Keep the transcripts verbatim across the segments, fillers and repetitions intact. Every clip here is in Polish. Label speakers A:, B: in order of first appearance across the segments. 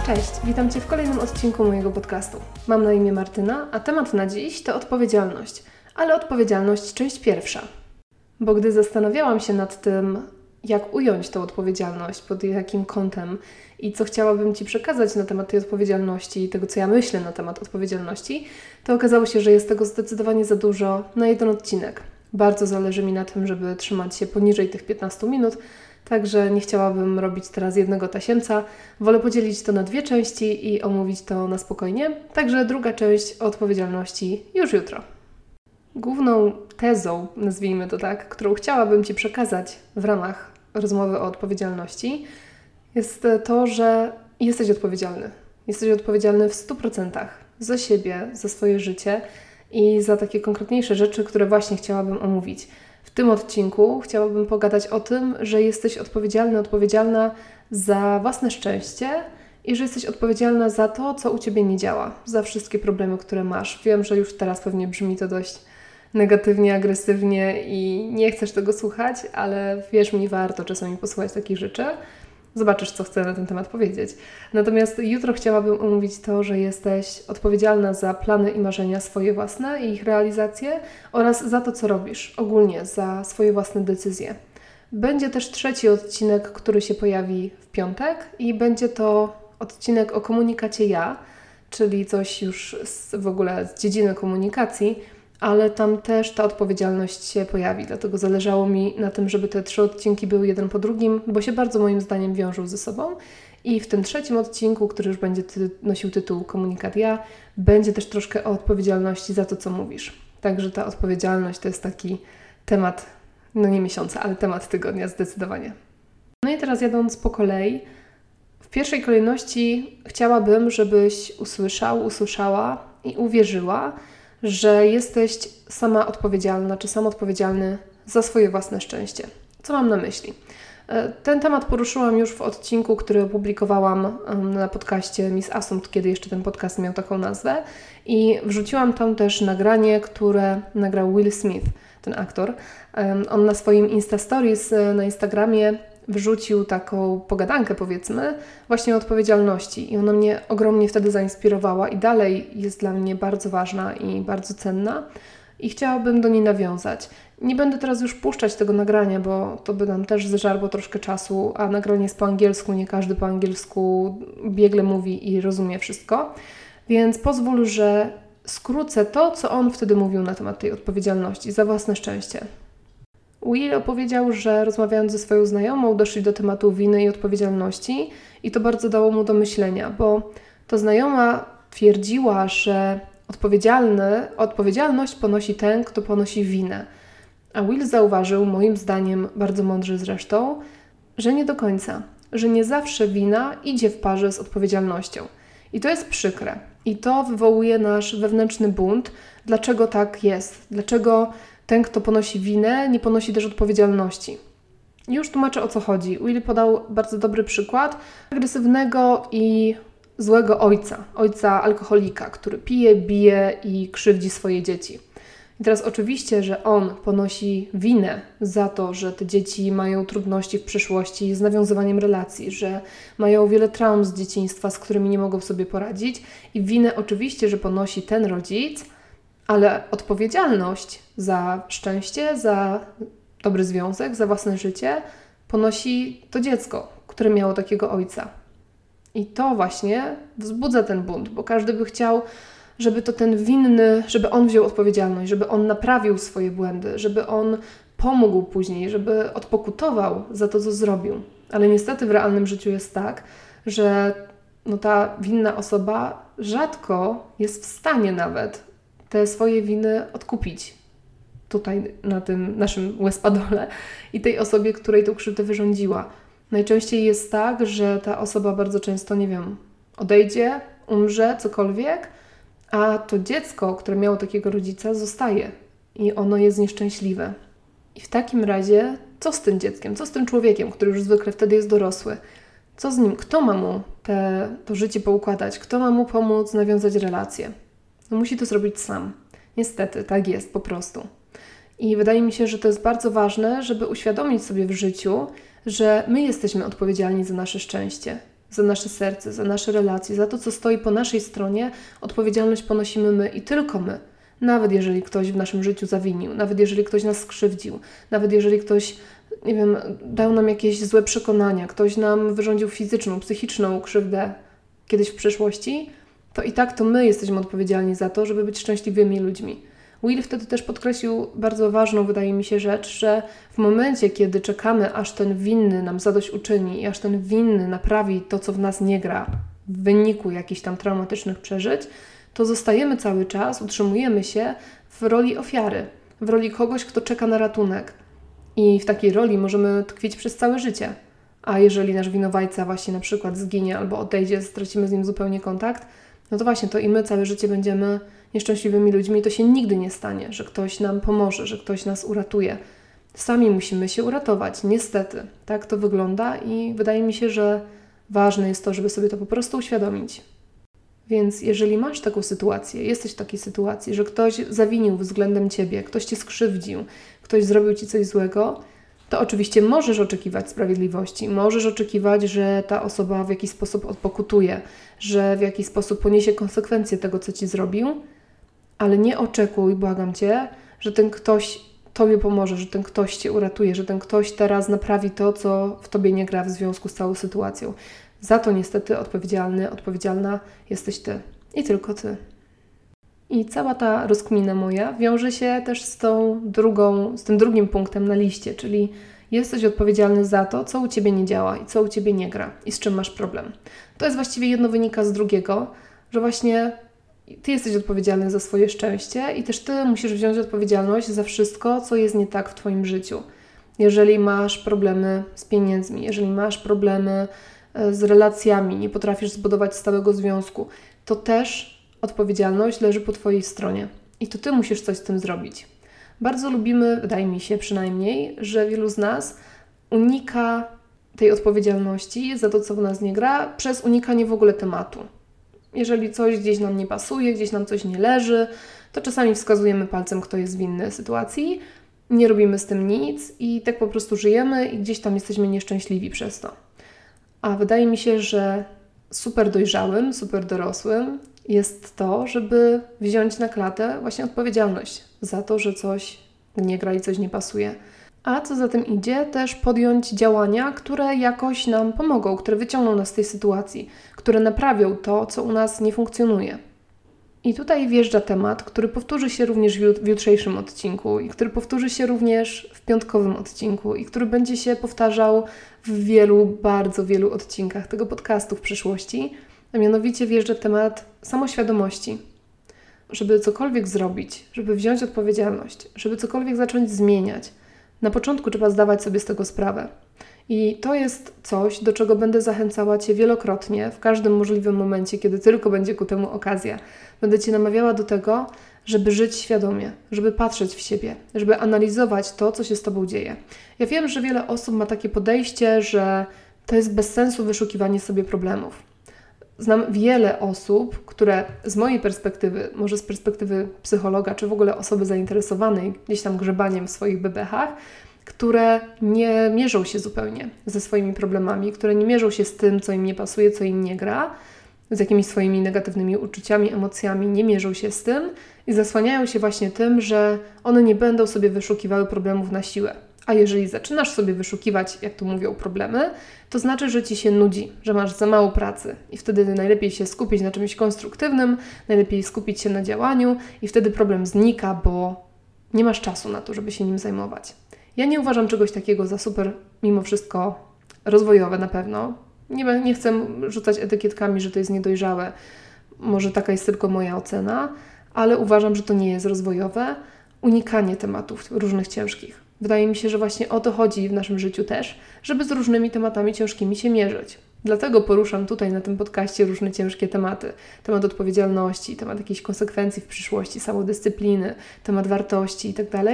A: Cześć, witam Cię w kolejnym odcinku mojego podcastu. Mam na imię Martyna, a temat na dziś to odpowiedzialność, ale odpowiedzialność część pierwsza. Bo gdy zastanawiałam się nad tym, jak ująć tą odpowiedzialność, pod jakim kątem i co chciałabym Ci przekazać na temat tej odpowiedzialności i tego, co ja myślę na temat odpowiedzialności, to okazało się, że jest tego zdecydowanie za dużo na jeden odcinek. Bardzo zależy mi na tym, żeby trzymać się poniżej tych piętnastu minut, także nie chciałabym robić teraz jednego tasiemca. Wolę podzielić to na dwie części i omówić to na spokojnie. Także druga część o odpowiedzialności już jutro. Główną tezą, nazwijmy to tak, którą chciałabym Ci przekazać w ramach rozmowy o odpowiedzialności, jest to, że jesteś odpowiedzialny. Jesteś odpowiedzialny w stu procentach za siebie, za swoje życie i za takie konkretniejsze rzeczy, które właśnie chciałabym omówić. W tym odcinku chciałabym pogadać o tym, że jesteś odpowiedzialny, odpowiedzialna za własne szczęście i że jesteś odpowiedzialna za to, co u Ciebie nie działa, za wszystkie problemy, które masz. Wiem, że już teraz pewnie brzmi to dość negatywnie, agresywnie i nie chcesz tego słuchać, ale wierz mi, warto czasami posłuchać takich rzeczy. Zobaczysz, co chcę na ten temat powiedzieć. Natomiast jutro chciałabym omówić to, że jesteś odpowiedzialna za plany i marzenia swoje własne i ich realizację oraz za to, co robisz, ogólnie za swoje własne decyzje. Będzie też trzeci odcinek, który się pojawi w piątek i będzie to odcinek o komunikacie ja, czyli coś już z, w ogóle z dziedziny komunikacji, ale tam też ta odpowiedzialność się pojawi, dlatego zależało mi na tym, żeby te trzy odcinki były jeden po drugim, bo się bardzo moim zdaniem wiążą ze sobą i w tym trzecim odcinku, który już będzie ty- nosił tytuł Komunikat ja, będzie też troszkę o odpowiedzialności za to, co mówisz. Także ta odpowiedzialność to jest taki temat, no nie miesiąca, ale temat tygodnia zdecydowanie. No i teraz jadąc po kolei, w pierwszej kolejności chciałabym, żebyś usłyszał, usłyszała i uwierzyła, że jesteś sama odpowiedzialna, czy sam odpowiedzialny za swoje własne szczęście. Co mam na myśli? Ten temat poruszyłam już w odcinku, który opublikowałam na podcaście Miss Assumpta, kiedy jeszcze ten podcast miał taką nazwę i wrzuciłam tam też nagranie, które nagrał Will Smith, ten aktor. On na swoim Insta Stories na Instagramie wrzucił taką pogadankę, powiedzmy, właśnie o odpowiedzialności i ona mnie ogromnie wtedy zainspirowała i dalej jest dla mnie bardzo ważna i bardzo cenna i chciałabym do niej nawiązać. Nie będę teraz już puszczać tego nagrania, bo to by nam też zeżarło troszkę czasu, a nagranie jest po angielsku, nie każdy po angielsku biegle mówi i rozumie wszystko, więc pozwól, że skrócę to, co on wtedy mówił na temat tej odpowiedzialności za własne szczęście. Will opowiedział, że rozmawiając ze swoją znajomą doszli do tematu winy i odpowiedzialności i to bardzo dało mu do myślenia, bo to znajoma twierdziła, że odpowiedzialny, odpowiedzialność ponosi ten, kto ponosi winę. A Will zauważył, moim zdaniem bardzo mądrze zresztą, że nie do końca, że nie zawsze wina idzie w parze z odpowiedzialnością. I to jest przykre. I to wywołuje nasz wewnętrzny bunt. Dlaczego tak jest? Dlaczego ten, kto ponosi winę, nie ponosi też odpowiedzialności? Już tłumaczę, o co chodzi. Will podał bardzo dobry przykład agresywnego i złego ojca. Ojca alkoholika, który pije, bije i krzywdzi swoje dzieci. I teraz oczywiście, że on ponosi winę za to, że te dzieci mają trudności w przyszłości z nawiązywaniem relacji, że mają wiele traum z dzieciństwa, z którymi nie mogą sobie poradzić i winę oczywiście, że ponosi ten rodzic, ale odpowiedzialność za szczęście, za dobry związek, za własne życie ponosi to dziecko, które miało takiego ojca. I to właśnie wzbudza ten bunt, bo każdy by chciał, żeby to ten winny, żeby on wziął odpowiedzialność, żeby on naprawił swoje błędy, żeby on pomógł później, żeby odpokutował za to, co zrobił. Ale niestety w realnym życiu jest tak, że no ta winna osoba rzadko jest w stanie nawet te swoje winy odkupić tutaj na tym naszym łezpadole i tej osobie, której tą krzywdę wyrządziła. Najczęściej jest tak, że ta osoba bardzo często, nie wiem, odejdzie, umrze, cokolwiek, a to dziecko, które miało takiego rodzica, zostaje i ono jest nieszczęśliwe. I w takim razie, co z tym dzieckiem, co z tym człowiekiem, który już zwykle wtedy jest dorosły? Co z nim? Kto ma mu te, to życie poukładać? Kto ma mu pomóc nawiązać relacje? No musi to zrobić sam. Niestety, tak jest po prostu. I wydaje mi się, że to jest bardzo ważne, żeby uświadomić sobie w życiu, że my jesteśmy odpowiedzialni za nasze szczęście, za nasze serce, za nasze relacje, za to, co stoi po naszej stronie, odpowiedzialność ponosimy my i tylko my. Nawet jeżeli ktoś w naszym życiu zawinił, nawet jeżeli ktoś nas skrzywdził, nawet jeżeli ktoś, nie wiem, dał nam jakieś złe przekonania, ktoś nam wyrządził fizyczną, psychiczną krzywdę kiedyś w przeszłości, to i tak to my jesteśmy odpowiedzialni za to, żeby być szczęśliwymi ludźmi. Will wtedy też podkreślił bardzo ważną, wydaje mi się, rzecz, że w momencie, kiedy czekamy, aż ten winny nam zadośćuczyni i aż ten winny naprawi to, co w nas nie gra w wyniku jakichś tam traumatycznych przeżyć, to zostajemy cały czas, utrzymujemy się w roli ofiary, w roli kogoś, kto czeka na ratunek. I w takiej roli możemy tkwić przez całe życie. A jeżeli nasz winowajca właśnie na przykład zginie albo odejdzie, stracimy z nim zupełnie kontakt, no to właśnie to i my całe życie będziemy nieszczęśliwymi ludźmi i to się nigdy nie stanie, że ktoś nam pomoże, że ktoś nas uratuje. Sami musimy się uratować, niestety. Tak to wygląda i wydaje mi się, że ważne jest to, żeby sobie to po prostu uświadomić. Więc jeżeli masz taką sytuację, jesteś w takiej sytuacji, że ktoś zawinił względem Ciebie, ktoś Cię skrzywdził, ktoś zrobił Ci coś złego, to oczywiście możesz oczekiwać sprawiedliwości, możesz oczekiwać, że ta osoba w jakiś sposób odpokutuje, że w jakiś sposób poniesie konsekwencje tego, co Ci zrobił, ale nie oczekuj, błagam Cię, że ten ktoś Tobie pomoże, że ten ktoś Cię uratuje, że ten ktoś teraz naprawi to, co w Tobie nie gra w związku z całą sytuacją. Za to niestety odpowiedzialny, odpowiedzialna jesteś Ty i tylko Ty. I cała ta rozkmina moja wiąże się też z tą drugą, z tym drugim punktem na liście, czyli jesteś odpowiedzialny za to, co u Ciebie nie działa i co u Ciebie nie gra i z czym masz problem. To jest właściwie jedno wynika z drugiego, że właśnie Ty jesteś odpowiedzialny za swoje szczęście i też Ty musisz wziąć odpowiedzialność za wszystko, co jest nie tak w Twoim życiu. Jeżeli masz problemy z pieniędzmi, jeżeli masz problemy z relacjami, nie potrafisz zbudować stałego związku, to też odpowiedzialność leży po Twojej stronie i to Ty musisz coś z tym zrobić. Bardzo lubimy, wydaje mi się przynajmniej, że wielu z nas unika tej odpowiedzialności za to, co w nas nie gra, przez unikanie w ogóle tematu. Jeżeli coś gdzieś nam nie pasuje, gdzieś nam coś nie leży, to czasami wskazujemy palcem, kto jest winny sytuacji, nie robimy z tym nic i tak po prostu żyjemy i gdzieś tam jesteśmy nieszczęśliwi przez to. A wydaje mi się, że super dojrzałym, super dorosłym jest to, żeby wziąć na klatę właśnie odpowiedzialność za to, że coś nie gra i coś nie pasuje. A co za tym idzie, też podjąć działania, które jakoś nam pomogą, które wyciągną nas z tej sytuacji, które naprawią to, co u nas nie funkcjonuje. I tutaj wjeżdża temat, który powtórzy się również w jutrzejszym odcinku i który powtórzy się również w piątkowym odcinku i który będzie się powtarzał w wielu, bardzo wielu odcinkach tego podcastu w przyszłości, a mianowicie wjeżdża temat samoświadomości. Żeby cokolwiek zrobić, żeby wziąć odpowiedzialność, żeby cokolwiek zacząć zmieniać, na początku trzeba zdawać sobie z tego sprawę. I to jest coś, do czego będę zachęcała Cię wielokrotnie, w każdym możliwym momencie, kiedy tylko będzie ku temu okazja. Będę Cię namawiała do tego, żeby żyć świadomie, żeby patrzeć w siebie, żeby analizować to, co się z Tobą dzieje. Ja wiem, że wiele osób ma takie podejście, że to jest bez sensu wyszukiwanie sobie problemów. Znam wiele osób, które z mojej perspektywy, może z perspektywy psychologa, czy w ogóle osoby zainteresowanej gdzieś tam grzebaniem w swoich bebechach, które nie mierzą się zupełnie ze swoimi problemami, które nie mierzą się z tym, co im nie pasuje, co im nie gra, z jakimiś swoimi negatywnymi uczuciami, emocjami, nie mierzą się z tym i zasłaniają się właśnie tym, że one nie będą sobie wyszukiwały problemów na siłę. A jeżeli zaczynasz sobie wyszukiwać, jak tu mówią, problemy, to znaczy, że Ci się nudzi, że masz za mało pracy i wtedy najlepiej się skupić na czymś konstruktywnym, najlepiej skupić się na działaniu i wtedy problem znika, bo nie masz czasu na to, żeby się nim zajmować. Ja nie uważam czegoś takiego za super, mimo wszystko, rozwojowe na pewno. Nie, nie chcę rzucać etykietkami, że to jest niedojrzałe. Może taka jest tylko moja ocena, ale uważam, że to nie jest rozwojowe. Unikanie tematów różnych ciężkich. Wydaje mi się, że właśnie o to chodzi w naszym życiu też, żeby z różnymi tematami ciężkimi się mierzyć. Dlatego poruszam tutaj na tym podcaście różne ciężkie tematy. Temat odpowiedzialności, temat jakichś konsekwencji w przyszłości, samodyscypliny, temat wartości itd.,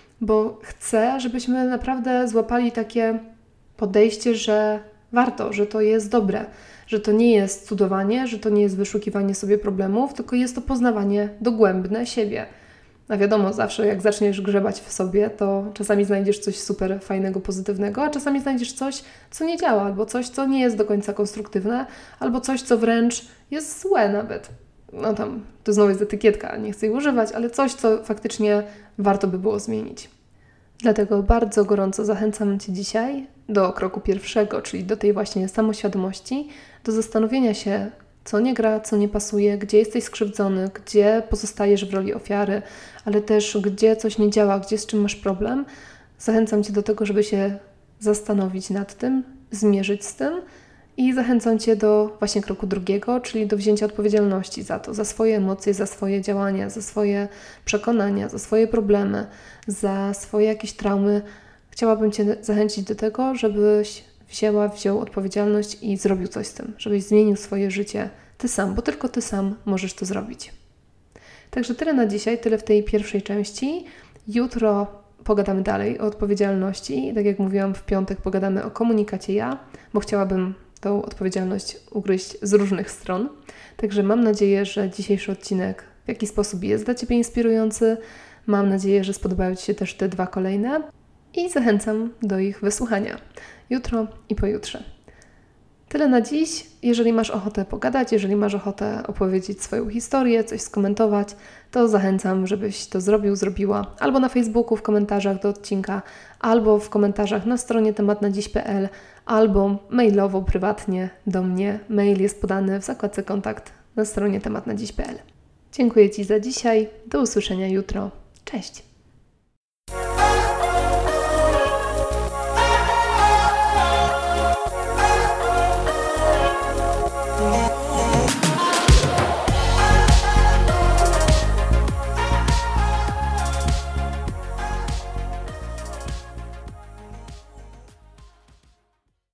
A: bo chcę, żebyśmy naprawdę złapali takie podejście, że warto, że to jest dobre, że to nie jest cudowanie, że to nie jest wyszukiwanie sobie problemów, tylko jest to poznawanie dogłębne siebie. A wiadomo, zawsze jak zaczniesz grzebać w sobie, to czasami znajdziesz coś super fajnego, pozytywnego, a czasami znajdziesz coś, co nie działa, albo coś, co nie jest do końca konstruktywne, albo coś, co wręcz jest złe nawet. No tam, to znowu jest etykietka, nie chcę jej używać, ale coś, co faktycznie warto by było zmienić. Dlatego bardzo gorąco zachęcam Cię dzisiaj do kroku pierwszego, czyli do tej właśnie samoświadomości, do zastanowienia się, co nie gra, co nie pasuje, gdzie jesteś skrzywdzony, gdzie pozostajesz w roli ofiary, ale też gdzie coś nie działa, gdzie z czym masz problem. Zachęcam Cię do tego, żeby się zastanowić nad tym, zmierzyć z tym i zachęcam Cię do właśnie kroku drugiego, czyli do wzięcia odpowiedzialności za to, za swoje emocje, za swoje działania, za swoje przekonania, za swoje problemy, za swoje jakieś traumy. Chciałabym Cię zachęcić do tego, żebyś wzięła, wziął odpowiedzialność i zrobił coś z tym, żebyś zmienił swoje życie Ty sam, bo tylko Ty sam możesz to zrobić. Także tyle na dzisiaj, tyle w tej pierwszej części. Jutro pogadamy dalej o odpowiedzialności. Tak jak mówiłam, w piątek pogadamy o komunikacie ja, bo chciałabym tą odpowiedzialność ugryźć z różnych stron. Także mam nadzieję, że dzisiejszy odcinek w jakiś sposób jest dla Ciebie inspirujący. Mam nadzieję, że spodobają Ci się też te dwa kolejne i zachęcam do ich wysłuchania jutro i pojutrze. Tyle na dziś. Jeżeli masz ochotę pogadać, jeżeli masz ochotę opowiedzieć swoją historię, coś skomentować, to zachęcam, żebyś to zrobił, zrobiła albo na Facebooku w komentarzach do odcinka, albo w komentarzach na stronie temat na dziś kropka p l, albo mailowo, prywatnie do mnie. Mail jest podany w zakładce kontakt na stronie temat na dziś kropka p l. Dziękuję Ci za dzisiaj. Do usłyszenia jutro. Cześć!